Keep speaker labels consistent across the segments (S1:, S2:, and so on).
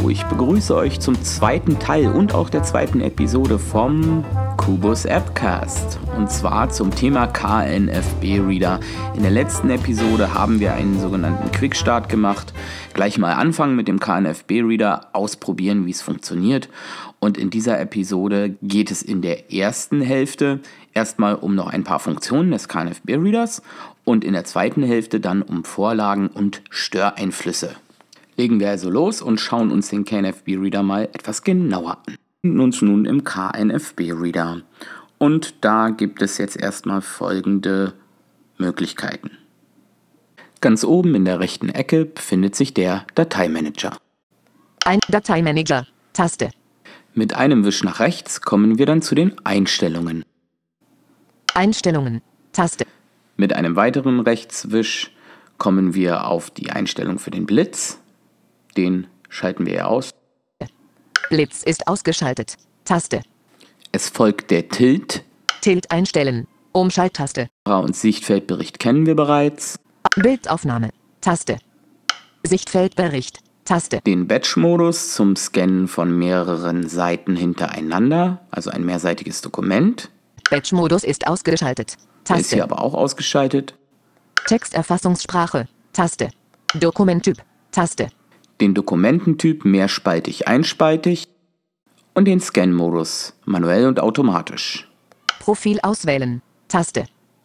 S1: ich begrüße euch zum zweiten Teil und auch der zweiten Episode vom Kubus Appcast. Und zwar zum Thema KNFB Reader. In der letzten Episode haben wir einen sogenannten Quickstart gemacht. Gleich mal anfangen mit dem KNFB Reader, ausprobieren, wie es funktioniert. Und in dieser Episode geht es in der ersten Hälfte erstmal um noch ein paar Funktionen des KNFB Readers und in der zweiten Hälfte dann um Vorlagen und Störeinflüsse. Legen wir also los und schauen uns den KNFB Reader mal etwas genauer an. Wir befinden uns nun im KNFB Reader und da gibt es jetzt erstmal folgende Möglichkeiten. Ganz oben in der rechten Ecke befindet sich der Dateimanager.
S2: Ein Dateimanager, Taste.
S1: Mit einem Wisch nach rechts kommen wir dann zu den Einstellungen.
S2: Einstellungen, Taste.
S1: Mit einem weiteren Rechtswisch kommen wir auf die Einstellung für den Blitz. Den schalten wir aus.
S2: Blitz ist ausgeschaltet, Taste.
S1: Es folgt der Tilt.
S2: Tilt einstellen, Umschalttaste.
S1: Und Sichtfeldbericht kennen wir bereits.
S2: Bildaufnahme, Taste. Sichtfeldbericht, Taste.
S1: Den Batch-Modus zum Scannen von mehreren Seiten hintereinander, also ein mehrseitiges Dokument.
S2: Batch-Modus ist ausgeschaltet,
S1: Der ist
S2: Taste.
S1: hier aber auch ausgeschaltet.
S2: Texterfassungssprache, Taste. Dokumenttyp, Taste.
S1: Den Dokumententyp mehrspaltig, einspaltig. Und den Scan-Modus manuell und automatisch.
S2: Profil auswählen, Taste.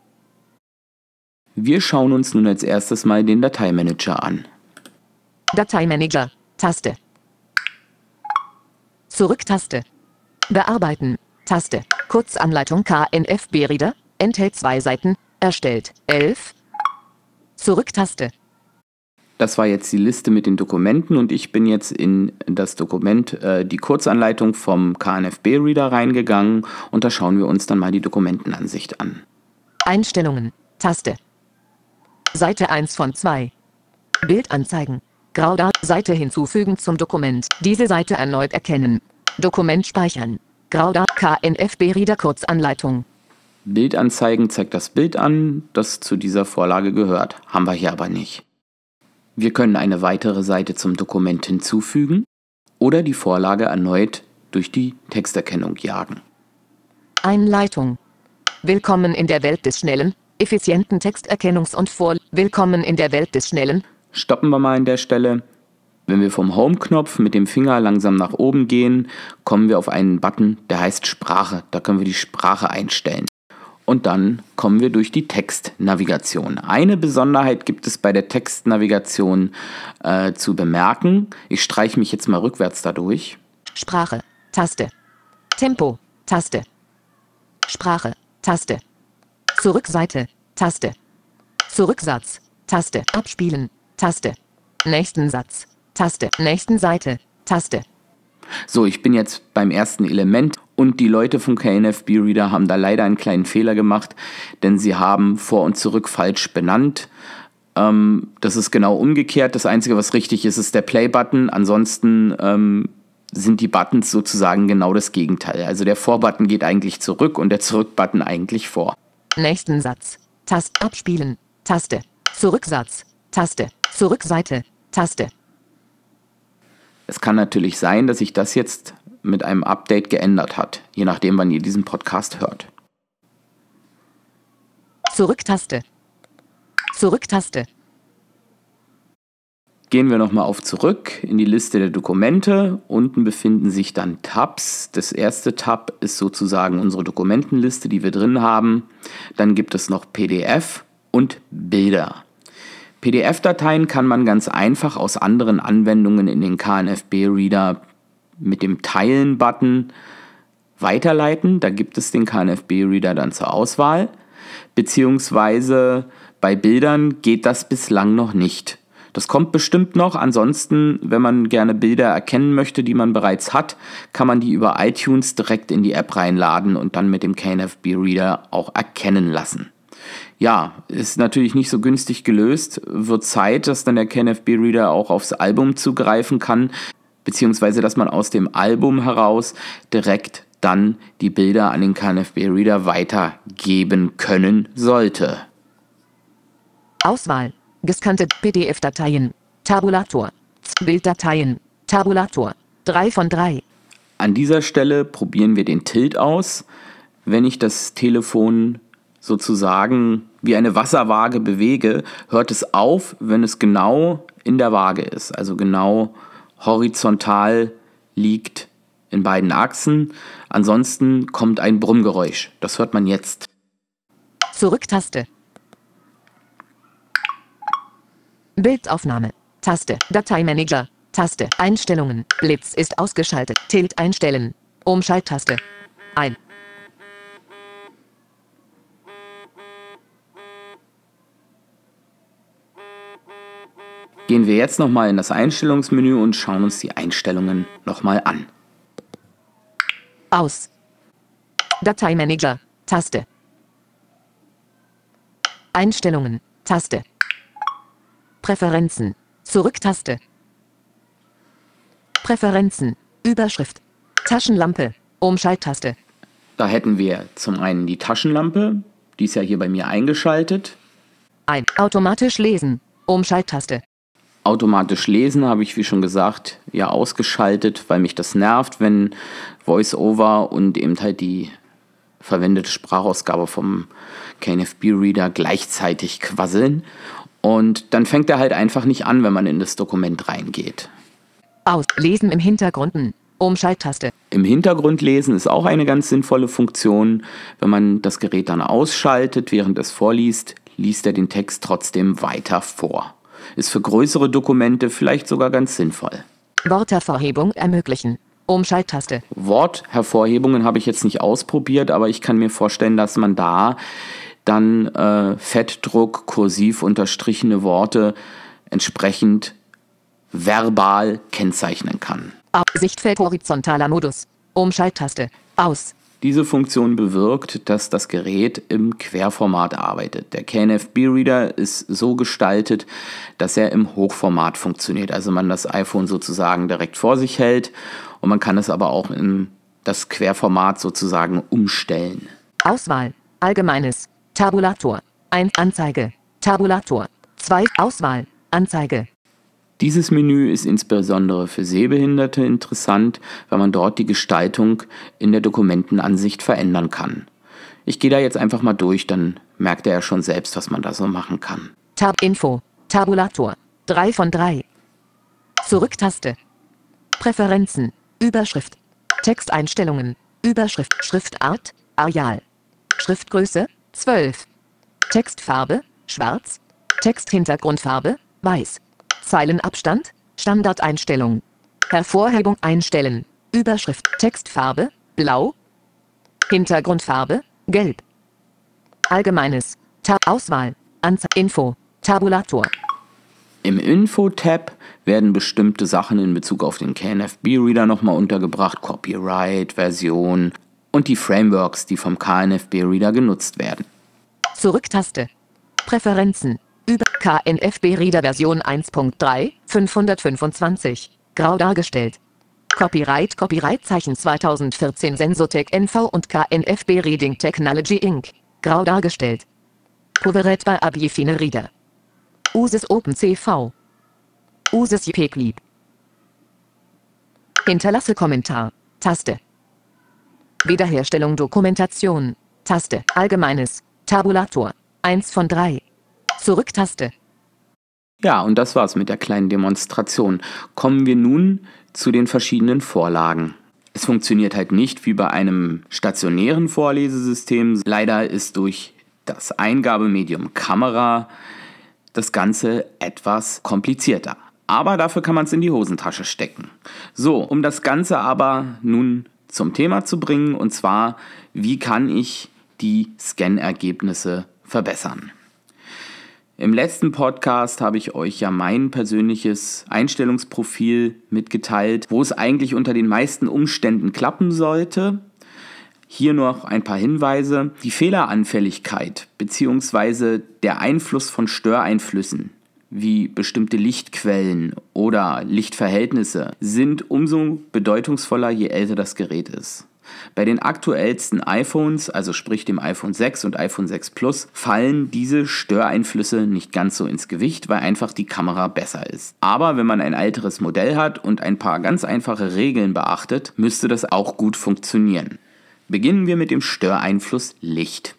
S1: Wir schauen uns nun als erstes mal den Dateimanager an.
S2: Dateimanager, Taste. Zurück-Taste. Bearbeiten, Taste. Kurzanleitung KNFB Reader, enthält 2 Seiten, erstellt 11. Zurück-Taste.
S1: Das war jetzt die Liste mit den Dokumenten und ich bin jetzt in das Dokument, die Kurzanleitung vom KNFB Reader reingegangen und da schauen wir uns dann mal die Dokumentenansicht an.
S2: Einstellungen, Taste. Seite 1 von 2. Bildanzeigen. Grauda, Seite hinzufügen zum Dokument. Diese Seite erneut erkennen. Dokument speichern. Grauda, KNFB Reader Kurzanleitung.
S1: Bildanzeigen zeigt das Bild an, das zu dieser Vorlage gehört. Haben wir hier aber nicht. Wir können eine weitere Seite zum Dokument hinzufügen oder die Vorlage erneut durch die Texterkennung jagen.
S2: Einleitung. Willkommen in der Welt des schnellen, effizienten Texterkennungs- und Willkommen in der Welt des schnellen.
S1: Stoppen wir mal an der Stelle. Wenn wir vom Home-Knopf mit dem Finger langsam nach oben gehen, kommen wir auf einen Button, der heißt Sprache. Da können wir die Sprache einstellen. Und dann kommen wir durch die Textnavigation. Eine Besonderheit gibt es bei der Textnavigation zu bemerken. Ich streiche mich jetzt mal rückwärts dadurch.
S2: Sprache, Taste. Tempo, Taste. Sprache, Taste. Zurückseite, Taste. Zurücksatz, Taste. Abspielen, Taste. Nächsten Satz, Taste. Nächsten Seite, Taste.
S1: So, ich bin jetzt beim ersten Element und die Leute vom KNFB Reader haben da leider einen kleinen Fehler gemacht, denn sie haben vor und zurück falsch benannt. Das ist genau umgekehrt. Das Einzige, was richtig ist, ist der Play-Button. Ansonsten sind die Buttons sozusagen genau das Gegenteil. Also der Vor-Button geht eigentlich zurück und der Zurück-Button eigentlich vor.
S2: Nächsten Satz, Taste. Abspielen, Taste. Zurücksatz, Taste. Zurückseite, Taste.
S1: Es kann natürlich sein, dass sich das jetzt mit einem Update geändert hat, je nachdem, wann ihr diesen Podcast hört.
S2: Zurücktaste. Zurücktaste.
S1: Gehen wir nochmal auf Zurück in die Liste der Dokumente. Unten befinden sich dann Tabs. Das erste Tab ist sozusagen unsere Dokumentenliste, die wir drin haben. Dann gibt es noch PDF und Bilder. PDF-Dateien kann man ganz einfach aus anderen Anwendungen in den KNFB Reader mit dem Teilen-Button weiterleiten. Da gibt es den KNFB Reader dann zur Auswahl. Beziehungsweise bei Bildern geht das bislang noch nicht. Das kommt bestimmt noch. Ansonsten, wenn man gerne Bilder erkennen möchte, die man bereits hat, kann man die über iTunes direkt in die App reinladen und dann mit dem KNFB Reader auch erkennen lassen. Ja, ist natürlich nicht so günstig gelöst. Wird Zeit, dass dann der KNFB Reader auch aufs Album zugreifen kann, beziehungsweise dass man aus dem Album heraus direkt dann die Bilder an den KNFB Reader weitergeben können sollte.
S2: Auswahl. Gescannte PDF-Dateien. Tabulator. Bilddateien. Tabulator. 3 von 3.
S1: An dieser Stelle probieren wir den Tilt aus. Wenn ich das Telefon sozusagen wie eine Wasserwaage bewege, hört es auf, wenn es genau in der Waage ist, also genau horizontal liegt in beiden Achsen. Ansonsten kommt ein Brummgeräusch. Das hört man jetzt.
S2: Zurück-Taste. Bildaufnahme. Taste. Dateimanager. Taste. Einstellungen. Blitz ist ausgeschaltet. Tilt einstellen. Umschalttaste. Ein.
S1: Gehen wir jetzt nochmal in das Einstellungsmenü und schauen uns die Einstellungen nochmal an.
S2: Aus. Dateimanager. Taste. Einstellungen. Taste. Präferenzen. Zurück-Taste. Präferenzen. Überschrift. Taschenlampe. Umschalttaste.
S1: Da hätten wir zum einen die Taschenlampe, die ist ja hier bei mir eingeschaltet.
S2: Ein. Automatisch lesen. Umschalttaste.
S1: Automatisch lesen habe ich, wie schon gesagt, ja ausgeschaltet, weil mich das nervt, wenn VoiceOver und eben halt die verwendete Sprachausgabe vom KNFB-Reader gleichzeitig quasseln. Und dann fängt er halt einfach nicht an, wenn man in das Dokument reingeht.
S2: Aus. Lesen im Hintergrund. Umschalttaste.
S1: Im Hintergrund lesen ist auch eine ganz sinnvolle Funktion. Wenn man das Gerät dann ausschaltet, während es vorliest, liest er den Text trotzdem weiter vor. Ist für größere Dokumente vielleicht sogar ganz sinnvoll.
S2: Worthervorhebung ermöglichen. Umschalttaste.
S1: Worthervorhebungen habe ich jetzt nicht ausprobiert, aber ich kann mir vorstellen, dass man da dann Fettdruck, kursiv unterstrichene Worte entsprechend verbal kennzeichnen kann.
S2: Sichtfeld horizontaler Modus. Umschalttaste. Aus.
S1: Diese Funktion bewirkt, dass das Gerät im Querformat arbeitet. Der KNFB-Reader ist so gestaltet, dass er im Hochformat funktioniert. Also man das iPhone sozusagen direkt vor sich hält und man kann es aber auch in das Querformat sozusagen umstellen.
S2: Auswahl. Allgemeines. Tabulator. 1. Anzeige. Tabulator. 2. Auswahl. Anzeige.
S1: Dieses Menü ist insbesondere für Sehbehinderte interessant, weil man dort die Gestaltung in der Dokumentenansicht verändern kann. Ich gehe da jetzt einfach mal durch, dann merkt er ja schon selbst, was man da so machen kann.
S2: Tab-Info. Tabulator. 3 von 3. Zurück-Taste. Präferenzen. Überschrift. Texteinstellungen. Überschrift. Schriftart. Areal. Schriftgröße. 12. Textfarbe. Schwarz. Texthintergrundfarbe. Weiß. Zeilenabstand. Standardeinstellung. Hervorhebung einstellen. Überschrift. Textfarbe. Blau. Hintergrundfarbe. Gelb. Allgemeines. Auswahl. Info. Tabulator.
S1: Im Info-Tab werden bestimmte Sachen in Bezug auf den KNFB-Reader nochmal untergebracht. Copyright, Version und die Frameworks, die vom KNFB-Reader genutzt werden.
S2: Zurück-Taste. Präferenzen. Über KNFB-Reader Version 1.3, 525. Grau dargestellt. Copyright-Zeichen 2014 Sensotec NV und KNFB Reading Technology Inc. Grau dargestellt. Powered by Abifine Reader. Uses OpenCV. Uses JPEG-Lib. Hinterlasse Kommentar. Taste. Wiederherstellung Dokumentation. Taste. Allgemeines. Tabulator. 1 von 3. Zurück-Taste.
S1: Ja, und das war's mit der kleinen Demonstration. Kommen wir nun zu den verschiedenen Vorlagen. Es funktioniert halt nicht wie bei einem stationären Vorlesesystem. Leider ist durch das Eingabemedium Kamera das Ganze etwas komplizierter. Aber dafür kann man es in die Hosentasche stecken. So, um das Ganze aber nun zum Thema zu bringen, und zwar, wie kann ich die Scan-Ergebnisse verbessern? Im letzten Podcast habe ich euch ja mein persönliches Einstellungsprofil mitgeteilt, wo es eigentlich unter den meisten Umständen klappen sollte. Hier noch ein paar Hinweise. Die Fehleranfälligkeit bzw. der Einfluss von Störeinflüssen wie bestimmte Lichtquellen oder Lichtverhältnisse sind umso bedeutungsvoller, je älter das Gerät ist. Bei den aktuellsten iPhones, also sprich dem iPhone 6 und iPhone 6 Plus, fallen diese Störeinflüsse nicht ganz so ins Gewicht, weil einfach die Kamera besser ist. Aber wenn man ein älteres Modell hat und ein paar ganz einfache Regeln beachtet, müsste das auch gut funktionieren. Beginnen wir mit dem Störeinfluss Licht.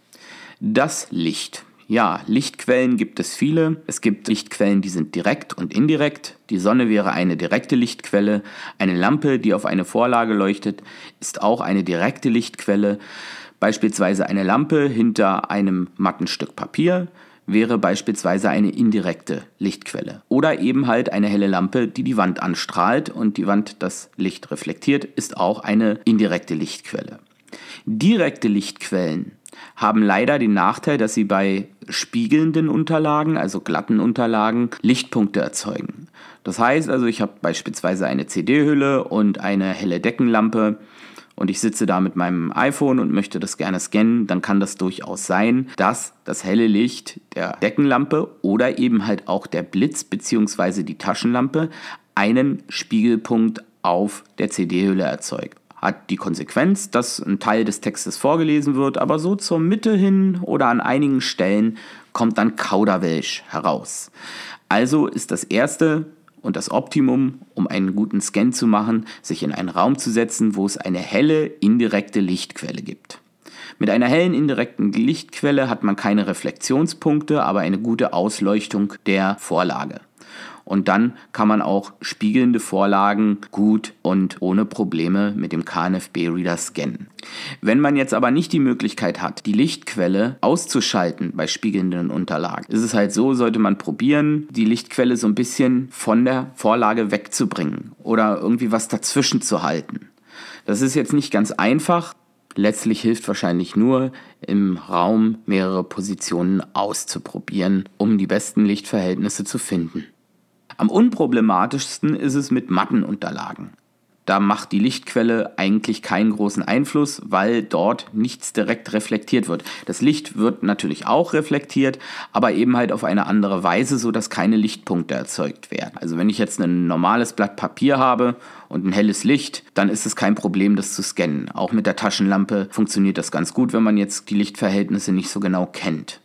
S1: Das Licht. Ja, Lichtquellen gibt es viele. Es gibt Lichtquellen, die sind direkt und indirekt. Die Sonne wäre eine direkte Lichtquelle. Eine Lampe, die auf eine Vorlage leuchtet, ist auch eine direkte Lichtquelle. Beispielsweise eine Lampe hinter einem matten Stück Papier wäre beispielsweise eine indirekte Lichtquelle. Oder eben halt eine helle Lampe, die die Wand anstrahlt und die Wand das Licht reflektiert, ist auch eine indirekte Lichtquelle. Direkte Lichtquellen haben leider den Nachteil, dass sie bei spiegelnden Unterlagen, also glatten Unterlagen, Lichtpunkte erzeugen. Das heißt also, ich habe beispielsweise eine CD-Hülle und eine helle Deckenlampe und ich sitze da mit meinem iPhone und möchte das gerne scannen, dann kann das durchaus sein, dass das helle Licht der Deckenlampe oder eben halt auch der Blitz bzw. die Taschenlampe einen Spiegelpunkt auf der CD-Hülle erzeugt. Hat die Konsequenz, dass ein Teil des Textes vorgelesen wird, aber so zur Mitte hin oder an einigen Stellen kommt dann Kauderwelsch heraus. Also ist das Erste und das Optimum, um einen guten Scan zu machen, sich in einen Raum zu setzen, wo es eine helle, indirekte Lichtquelle gibt. Mit einer hellen, indirekten Lichtquelle hat man keine Reflexionspunkte, aber eine gute Ausleuchtung der Vorlage. Und dann kann man auch spiegelnde Vorlagen gut und ohne Probleme mit dem KNFB-Reader scannen. Wenn man jetzt aber nicht die Möglichkeit hat, die Lichtquelle auszuschalten bei spiegelnden Unterlagen, ist es halt so, sollte man probieren, die Lichtquelle so ein bisschen von der Vorlage wegzubringen oder irgendwie was dazwischen zu halten. Das ist jetzt nicht ganz einfach. Letztlich hilft wahrscheinlich nur, im Raum mehrere Positionen auszuprobieren, um die besten Lichtverhältnisse zu finden. Am unproblematischsten ist es mit matten Unterlagen. Da macht die Lichtquelle eigentlich keinen großen Einfluss, weil dort nichts direkt reflektiert wird. Das Licht wird natürlich auch reflektiert, aber eben halt auf eine andere Weise, sodass keine Lichtpunkte erzeugt werden. Also wenn ich jetzt ein normales Blatt Papier habe und ein helles Licht, dann ist es kein Problem, das zu scannen. Auch mit der Taschenlampe funktioniert das ganz gut, wenn man jetzt die Lichtverhältnisse nicht so genau kennt.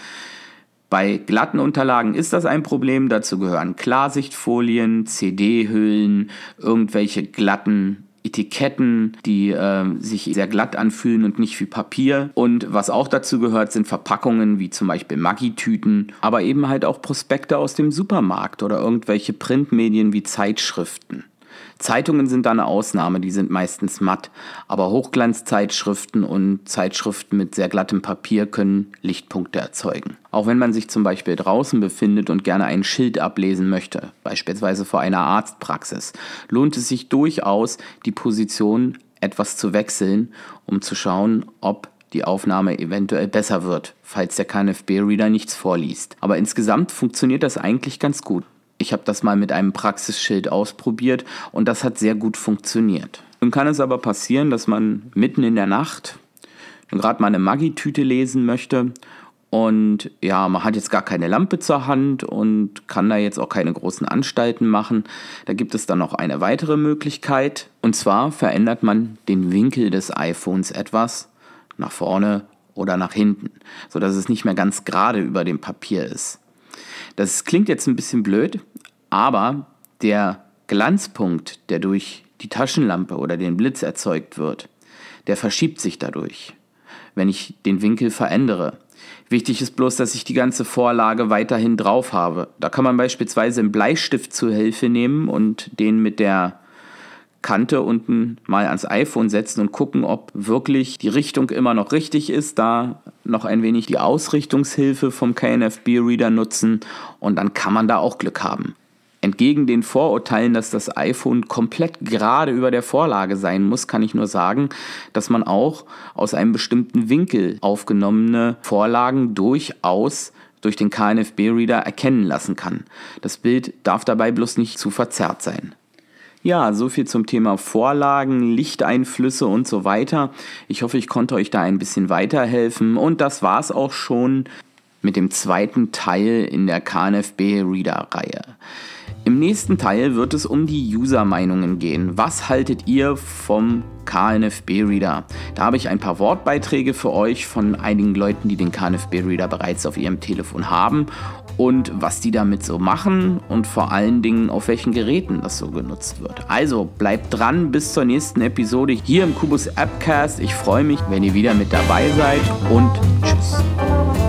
S1: Bei glatten Unterlagen ist das ein Problem, dazu gehören Klarsichtfolien, CD-Hüllen, irgendwelche glatten Etiketten, die sich sehr glatt anfühlen und nicht wie Papier. Und was auch dazu gehört, sind Verpackungen wie zum Beispiel Maggi-Tüten, aber eben halt auch Prospekte aus dem Supermarkt oder irgendwelche Printmedien wie Zeitschriften. Zeitungen sind da eine Ausnahme, die sind meistens matt, aber Hochglanzzeitschriften und Zeitschriften mit sehr glattem Papier können Lichtpunkte erzeugen. Auch wenn man sich zum Beispiel draußen befindet und gerne ein Schild ablesen möchte, beispielsweise vor einer Arztpraxis, lohnt es sich durchaus, die Position etwas zu wechseln, um zu schauen, ob die Aufnahme eventuell besser wird, falls der KNFB-Reader nichts vorliest. Aber insgesamt funktioniert das eigentlich ganz gut. Ich habe das mal mit einem Praxisschild ausprobiert und das hat sehr gut funktioniert. Nun kann es aber passieren, dass man mitten in der Nacht gerade mal eine Maggi-Tüte lesen möchte und ja, man hat jetzt gar keine Lampe zur Hand und kann da jetzt auch keine großen Anstalten machen. Da gibt es dann noch eine weitere Möglichkeit und zwar verändert man den Winkel des iPhones etwas nach vorne oder nach hinten, sodass es nicht mehr ganz gerade über dem Papier ist. Das klingt jetzt ein bisschen blöd, aber der Glanzpunkt, der durch die Taschenlampe oder den Blitz erzeugt wird, der verschiebt sich dadurch, wenn ich den Winkel verändere. Wichtig ist bloß, dass ich die ganze Vorlage weiterhin drauf habe. Da kann man beispielsweise einen Bleistift zur Hilfe nehmen und den mit der Kante unten mal ans iPhone setzen und gucken, ob wirklich die Richtung immer noch richtig ist, da noch ein wenig die Ausrichtungshilfe vom KNFB-Reader nutzen und dann kann man da auch Glück haben. Entgegen den Vorurteilen, dass das iPhone komplett gerade über der Vorlage sein muss, kann ich nur sagen, dass man auch aus einem bestimmten Winkel aufgenommene Vorlagen durchaus durch den KNFB-Reader erkennen lassen kann. Das Bild darf dabei bloß nicht zu verzerrt sein. Ja, soviel zum Thema Vorlagen, Lichteinflüsse und so weiter. Ich hoffe, ich konnte euch da ein bisschen weiterhelfen. Und das war's auch schon mit dem zweiten Teil in der KNFB-Reader-Reihe. Im nächsten Teil wird es um die User-Meinungen gehen. Was haltet ihr vom KNFB-Reader? Da habe ich ein paar Wortbeiträge für euch von einigen Leuten, die den KNFB-Reader bereits auf ihrem Telefon haben und was die damit so machen und vor allen Dingen auf welchen Geräten das so genutzt wird. Also bleibt dran bis zur nächsten Episode hier im Kubus Appcast. Ich freue mich, wenn ihr wieder mit dabei seid und tschüss.